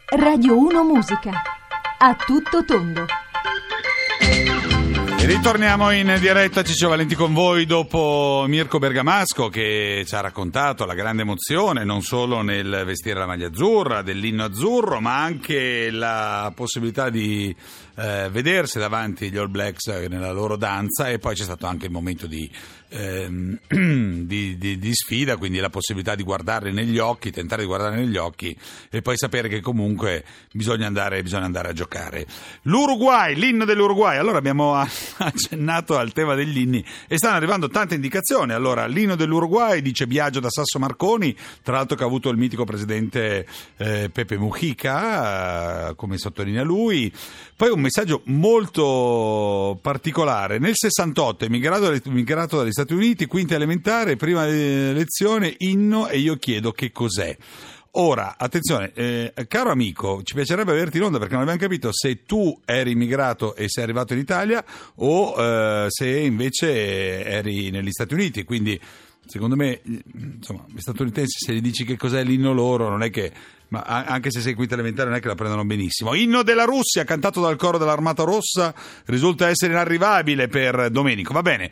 Radio 1 Musica. A tutto tondo. E ritorniamo in diretta, Ciccio Valenti con voi dopo Mirko Bergamasco che ci ha raccontato la grande emozione non solo nel vestire la maglia azzurra, dell'inno azzurro, ma anche la possibilità di vedersi davanti gli All Blacks nella loro danza, e poi c'è stato anche il momento di sfida, quindi la possibilità di guardarli negli occhi, tentare di guardare negli occhi e poi sapere che comunque bisogna andare a giocare. L'Uruguay, l'inno dell'Uruguay. Allora abbiamo accennato al tema degli inni e stanno arrivando tante indicazioni. Allora, l'inno dell'Uruguay, dice Biagio da Sasso Marconi, tra l'altro che ha avuto il mitico presidente Pepe Mujica, come sottolinea lui. Poi un messaggio molto particolare: nel 68 emigrato dagli Stati Uniti, quinta elementare, prima lezione, inno e io chiedo che cos'è. Ora, attenzione, caro amico, ci piacerebbe averti in onda perché non abbiamo capito se tu eri immigrato e sei arrivato in Italia o se invece eri negli Stati Uniti, quindi secondo me, insomma, gli statunitensi, se gli dici che cos'è l'inno loro, non è che, ma anche se sei quinta elementare, non è che la prendono benissimo. Inno della Russia, cantato dal coro dell'Armata Rossa, risulta essere inarrivabile per Domenico. Va bene,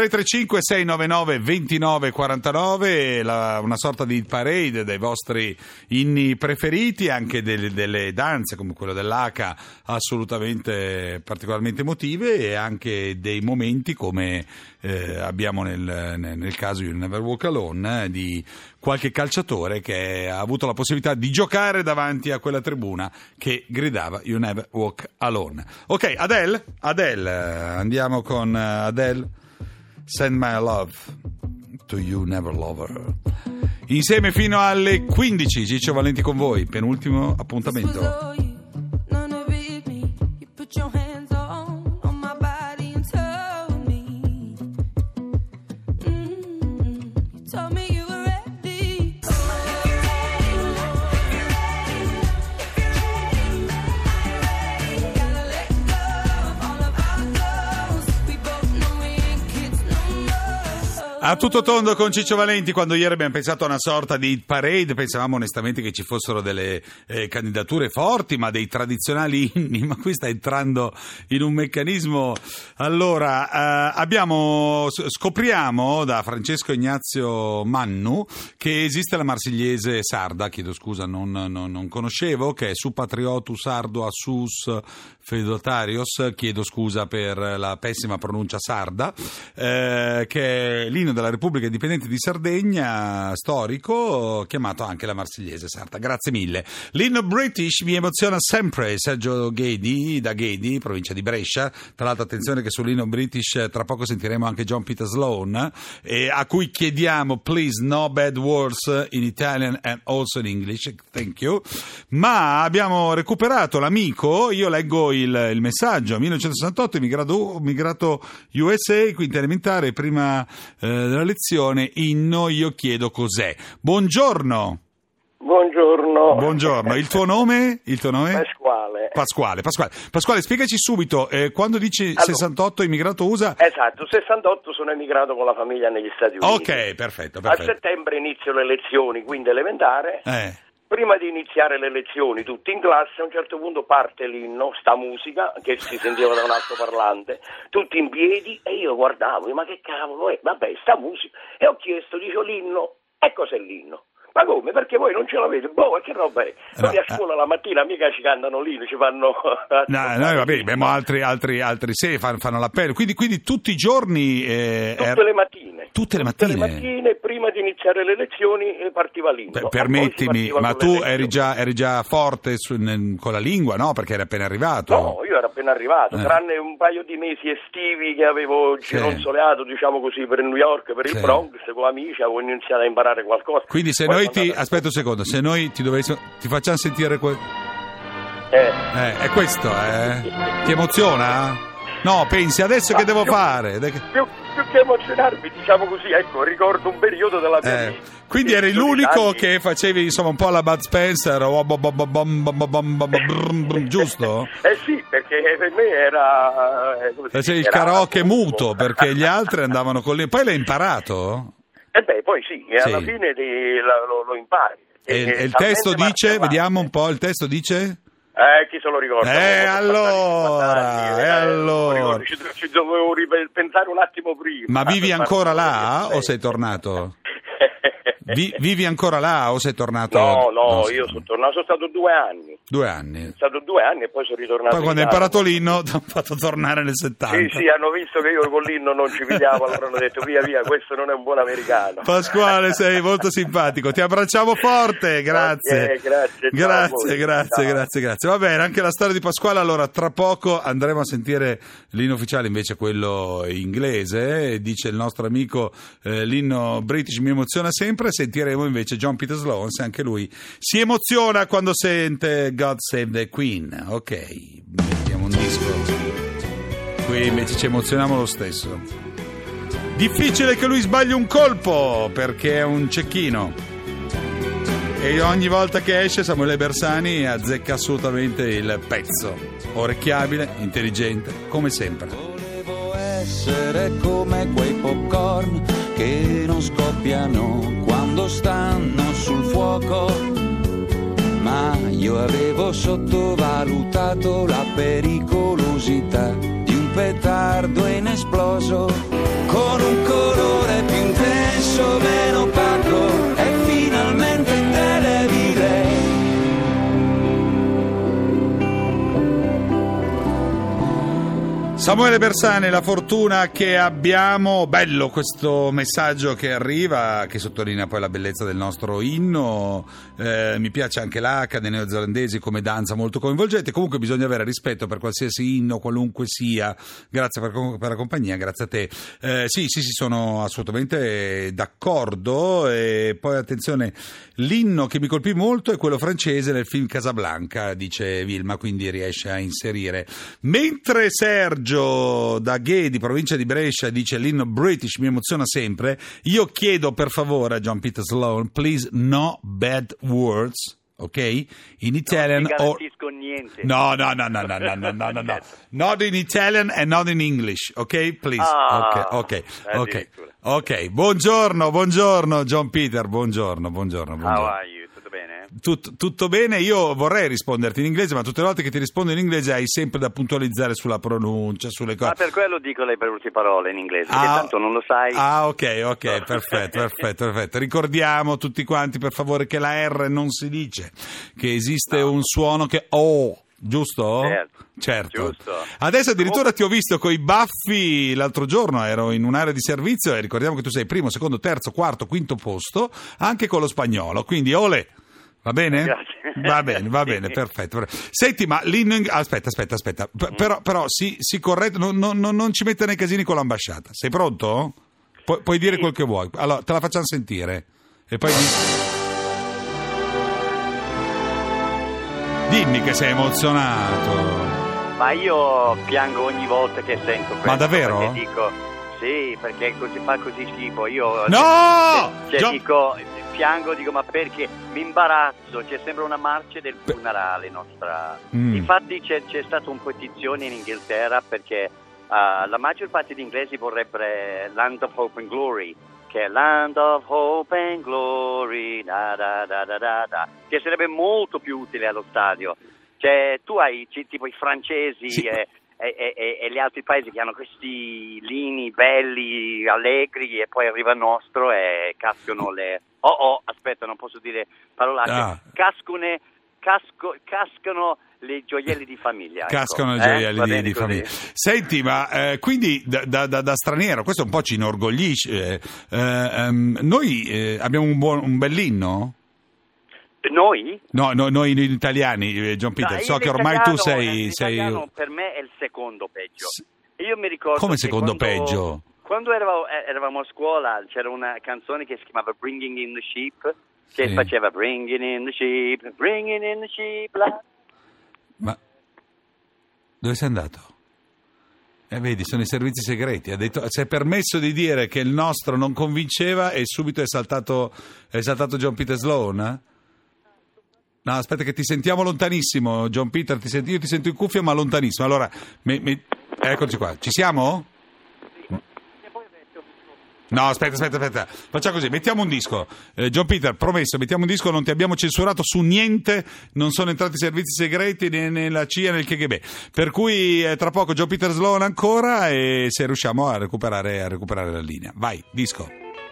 335-699-2949, una sorta di parade dei vostri inni preferiti, anche delle danze come quello dell'Haka, assolutamente particolarmente emotive, e anche dei momenti come abbiamo nel caso You Never Walk Alone, di qualche calciatore che ha avuto la possibilità di giocare davanti a quella tribuna che gridava You Never Walk Alone. Ok, Adele, andiamo con Adele, Send My Love to You Never Lover. Insieme fino alle 15, Ciccio Valenti con voi, penultimo appuntamento. A tutto tondo con Ciccio Valenti. Quando ieri abbiamo pensato a una sorta di parade, pensavamo onestamente che ci fossero delle candidature forti, ma dei tradizionali inni, ma qui sta entrando in un meccanismo. Allora, scopriamo da Francesco Ignazio Mannu che esiste la marsigliese sarda, chiedo scusa, non conoscevo, che è Su Patriotus Ardua Sus Feudotarios, chiedo scusa per la pessima pronuncia sarda, che è l'inno della Repubblica Indipendente di Sardegna, storico, chiamato anche la marsigliese sarda. Grazie mille. L'inno British mi emoziona sempre. Sergio Ghedi, da Ghedi, provincia di Brescia. Tra l'altro attenzione che sull'inno British tra poco sentiremo anche John Peter Sloan, a cui chiediamo please no bad words in Italian and also in English, thank you. Ma abbiamo recuperato l'amico, io leggo il messaggio: 1968, migrato USA, quinta elementare, prima della lezione, inno io chiedo cos'è. Buongiorno. Buongiorno. Il tuo nome? Pasquale, spiegaci subito, quando dici 68 immigrato USA. Esatto, 68 sono emigrato con la famiglia negli Stati Uniti. Ok, perfetto. A settembre inizio le lezioni, quinta elementare. Prima di iniziare le lezioni, tutti in classe, a un certo punto parte l'inno, sta musica, che si sentiva da un altoparlante, tutti in piedi, e io guardavo, ma che cavolo è? Vabbè, sta musica. E ho chiesto, dico, l'inno, e cos'è l'inno? Ma come? Perché voi non ce l'avete? Boh, che roba è? Noi a scuola la mattina mica ci cantano l'inno, ci fanno... No, noi vabbè, abbiamo altri fanno l'appello, quindi tutti i giorni... Tutte le mattine. Tutte le mattine, prima di iniziare le lezioni, partiva l'inno. Permettimi, ma tu eri già forte con la lingua, no? Perché eri appena arrivato. No, io ero appena arrivato, tranne un paio di mesi estivi che avevo gironzoleato, diciamo così, per New York, per il Bronx, con amici, avevo iniziato a imparare qualcosa. Quindi se noi aspetta un secondo, se noi ti facciamo sentire è questo, ti emoziona? No, pensi adesso che devo fare? Più che emozionarmi, diciamo così, ecco, ricordo un periodo della mia vita. Quindi eri l'unico che facevi, insomma, un po' alla Bud Spencer, giusto? Sì, perché per me era... Facevi il karaoke muto, perché gli altri andavano con lì. Poi l'hai imparato? Poi sì, e alla fine lo impari. E il testo dice, vediamo un po', il testo dice? Chi se lo ricorda? Allora. Ci dovevo ripensare un attimo prima. Ma vivi ancora là o sei tornato? Vivi ancora là o sei tornato? No, io sono tornato, sono stato 2 anni. 2 anni? Sono stato 2 anni e poi sono ritornato. Poi quando hai imparato l'inno ti hanno fatto tornare nel 70. Sì, hanno visto che io con l'inno non ci pigliavo, allora hanno detto via, questo non è un buon americano. Pasquale, sei molto simpatico, ti abbracciamo forte, grazie. Grazie. Va bene, anche la storia di Pasquale, allora tra poco andremo a sentire l'inno ufficiale, invece quello inglese, dice il nostro amico, l'inno British mi emoziona sempre. Sentiremo invece John Peter Sloan, se anche lui si emoziona quando sente God Save the Queen. Ok, mettiamo un disco. Qui invece ci emozioniamo lo stesso. Difficile che lui sbagli un colpo perché è un cecchino. E ogni volta che esce Samuele Bersani azzecca assolutamente il pezzo. Orecchiabile, intelligente, come sempre. Volevo essere come quei popcorn che non scoppiano quando stanno sul fuoco, ma io avevo sottovalutato la pericolosità di un petardo inesploso con un colore più intenso, meno opaco e finalmente indelebile. Samuele Bersani, la fortuna che abbiamo, bello questo messaggio che arriva, che sottolinea poi la bellezza del nostro inno, mi piace anche l'H dei neozelandesi come danza molto coinvolgente, comunque bisogna avere rispetto per qualsiasi inno, qualunque sia, grazie per la compagnia, grazie a te. Sì, sono assolutamente d'accordo, e poi attenzione, l'inno che mi colpì molto è quello francese nel film Casablanca, dice Vilma, quindi riesce a inserire. Mentre Sergio da Ghedi, provincia di Brescia, dice l'inno British mi emoziona sempre, io chiedo per favore a John Peter Sloan, please no bad words, ok? In Italian non ti garantisco niente. No. Not in Italian and not in English, ok? Please. Ok. Buongiorno John Peter, buongiorno. How are you? Tutto bene? Tutto bene, io vorrei risponderti in inglese, ma tutte le volte che ti rispondo in inglese hai sempre da puntualizzare sulla pronuncia, sulle cose. Ma per quello dico le brutte parole in inglese, perché tanto non lo sai. Ok, perfetto. Ricordiamo tutti quanti, per favore, che la R non si dice, che esiste un suono che O. Giusto? Certo. Giusto. Adesso addirittura ti ho visto coi baffi l'altro giorno, ero in un'area di servizio e ricordiamo che tu sei primo, secondo, terzo, quarto, quinto posto, anche con lo spagnolo, quindi olè. Va bene? Grazie. Va bene, perfetto. Senti, ma l'inno aspetta. Però si corretto, non ci mette nei casini con l'ambasciata. Sei pronto? Puoi dire quel che vuoi. Allora, te la facciamo sentire. E poi dimmi che sei emozionato. Ma io piango ogni volta che sento questo. Ma davvero? Perché dico, sì, perché così fa così schifo. Io no! Piango, dico, ma perché? Mi imbarazzo, c'è sempre una marcia del funerale nostra. Infatti c'è stata una petizione in Inghilterra perché la maggior parte degli inglesi vorrebbe Land of Hope and Glory, che è Land of Hope and Glory, che sarebbe molto più utile allo stadio. Cioè, tu hai tipo i francesi e gli altri paesi che hanno questi lini belli, allegri, e poi arriva il nostro e cascano le... aspetta, non posso dire parolacce. Cascano le gioielli di famiglia. Cascano le gioielli di famiglia. Senti, ma quindi da straniero, questo un po' ci inorgoglisce. Noi abbiamo un bell'inno? Noi? No, noi italiani, John Peter, so che ormai tu sei... L'italiano per me è il secondo peggio. Io mi ricordo... Come secondo peggio? Quando eravamo a scuola c'era una canzone che si chiamava Bringing in the Sheep, che faceva Bringing in the Sheep, la... Ma dove sei andato? Vedi, sono i servizi segreti. Ha detto, si è permesso di dire che il nostro non convinceva e subito è saltato John Peter Sloan? No, aspetta che ti sentiamo lontanissimo, John Peter, io ti sento in cuffia ma lontanissimo. Allora, eccoci qua, ci siamo? No, aspetta. Facciamo così, mettiamo un disco. John Peter, promesso, mettiamo un disco, non ti abbiamo censurato su niente, non sono entrati i servizi segreti né la CIA né il KGB. Per cui tra poco John Peter Sloan ancora, e se riusciamo a recuperare la linea. Vai, disco.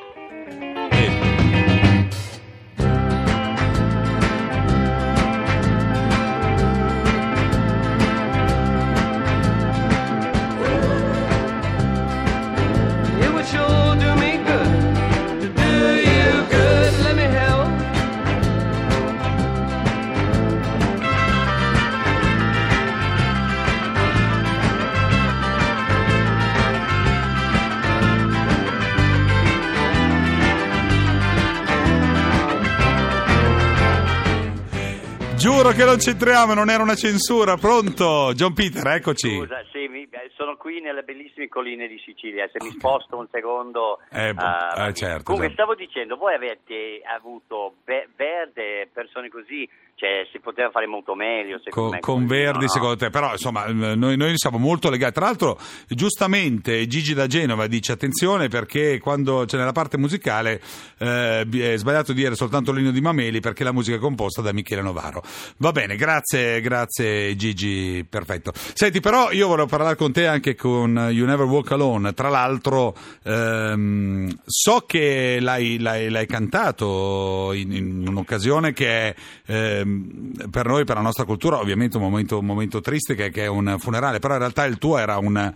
Giuro che non c'entriamo, non era una censura. Pronto? John Peter, eccoci. Scusa, sì, sono qui nelle bellissime colline di Sicilia. Se mi sposto un secondo... certo. Comunque, stavo dicendo, voi avete avuto Verde, persone così, cioè si poteva fare molto meglio secondo me. Con Verdi, no? Secondo te? Però insomma noi siamo molto legati. Tra l'altro giustamente Gigi da Genova dice attenzione perché quando c'è nella parte musicale è sbagliato dire soltanto l'inno di Mameli perché la musica è composta da Michele Novaro. Va bene, grazie Gigi, perfetto. Senti, però io volevo parlare con te anche con You Never Walk Alone. Tra l'altro so che l'hai cantato in un'occasione che è per noi, per la nostra cultura, ovviamente un momento triste che è un funerale, però in realtà il tuo era una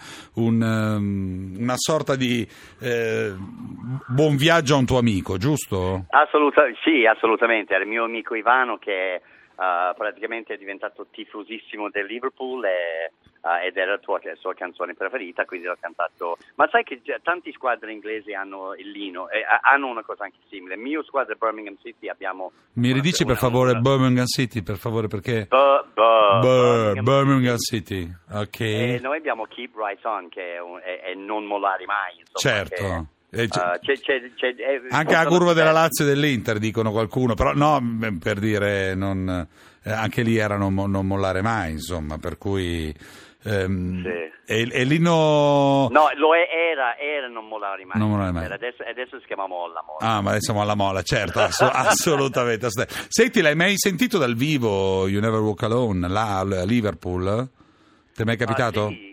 sorta di buon viaggio a un tuo amico, giusto? Sì, assolutamente. Era il mio amico Ivano che praticamente è diventato tifosissimo del Liverpool ed era la sua canzone preferita, quindi l'ho cantato. Ma sai che tanti squadre inglesi hanno il lino, hanno una cosa anche simile. La mia squadra Birmingham City abbiamo... Mi ridici per favore Birmingham City, per favore, perché... Birmingham City, ok. E noi abbiamo Keep Right On, che è non mollare mai, insomma. Certo. C'è anche la curva della Lazio e dell'Inter dicono qualcuno, però no, per dire anche lì era non mollare mai, insomma, per cui sì. e l'inno era non mollare mai, adesso si chiama Molla. Ma adesso Molla Certo, assolutamente. Senti, l'hai mai sentito dal vivo You Never Walk Alone là a Liverpool? Ti è mai capitato? Sì.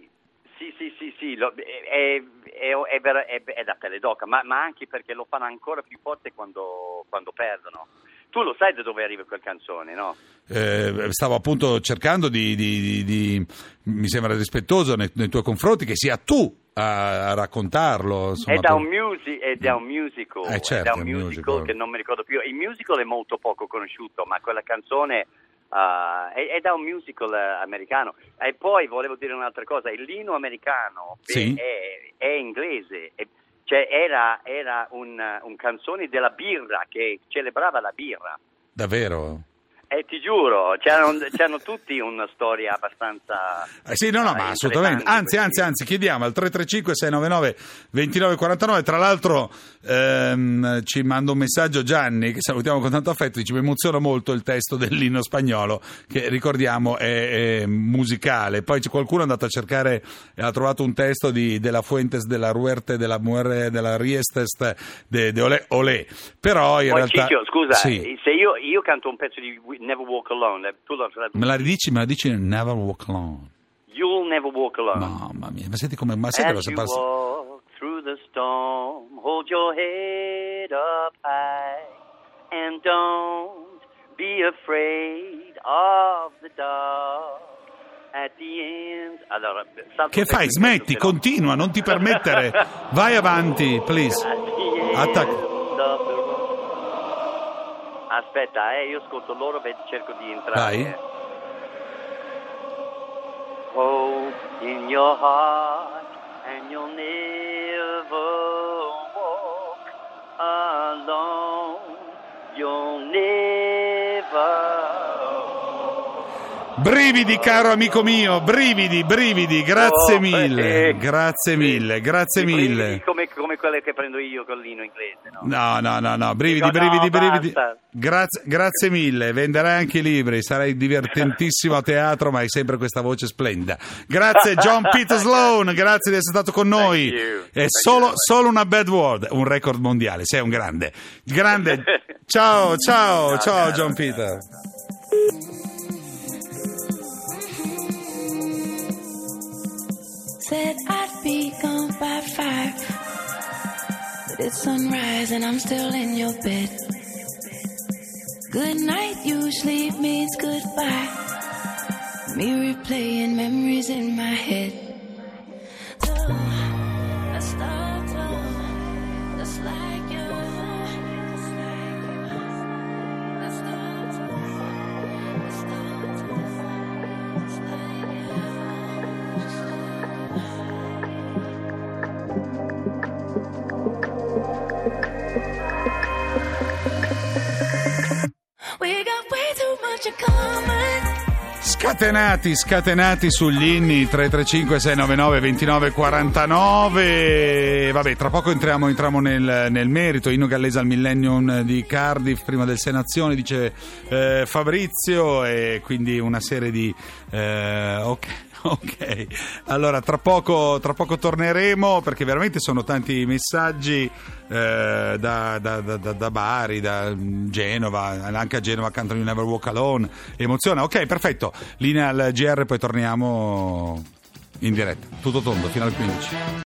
È da pelle d'oca, ma anche perché lo fanno ancora più forte quando perdono. Tu lo sai da dove arriva quel canzone, no? Stavo appunto cercando di mi sembra rispettoso nei tuoi confronti che sia tu a raccontarlo. Insomma, è da un musical, certo, è da un musical che non mi ricordo più. Il musical è molto poco conosciuto, ma quella canzone è da un musical americano. E poi volevo dire un'altra cosa, il lino americano sì. è inglese, cioè era un canzone della birra che celebrava la birra. Davvero? Ti giuro, c'hanno tutti una storia abbastanza... sì, no, ma assolutamente. Anzi, chiediamo al 335-699-2949. Tra l'altro ci manda un messaggio Gianni, che salutiamo con tanto affetto, dice: mi emoziona molto il testo dell'inno spagnolo, che ricordiamo è musicale. Poi qualcuno è andato a cercare e ha trovato un testo de la Fuentes, de la Ruerte, de la Muere, de la Riestes, de Olé. Però in realtà... Ciccio, scusa, sì. Se io canto un pezzo di Never Walk Alone, tu lo... Me la dici Never Walk Alone. You'll never walk alone. Mamma mia, ma senti come... Ma senti As you walk through the storm, hold your head up high and don't be afraid of the dark. At the end... Allora, che fai? Smetti, continua, non ti permettere. Vai avanti, please. Attacca. Aspetta, io ascolto loro e cerco di entrare. Vai. Hope in your heart and you'll never walk alone. You'll never Brividi, caro amico mio, brividi, grazie mille. Come quelle che prendo io con Lino inglese, no? No, brividi. Grazie mille, venderai anche i libri, sarai divertentissimo a teatro, ma hai sempre questa voce splendida. Grazie John Peter Sloan, grazie di essere stato con noi. È solo una bad word, un record mondiale, sei un grande. Ciao John Peter. Said I'd be gone by 5, but it's sunrise and I'm still in your bed. Good night usually means goodbye. Me replaying memories in my head. So I start to just like you. We got way too much in common. Scatenati sugli inni 335 699 2949. Vabbè, tra poco entriamo nel merito. Inno Gallese al Millennium di Cardiff prima del 6 Nazioni, dice Fabrizio, e quindi una serie di ok, allora tra poco torneremo, perché veramente sono tanti messaggi da Bari, da Genova, anche a Genova cantano You Never Walk Alone, emoziona. Ok, perfetto, linea al GR, poi torniamo in diretta tutto tondo fino al 15.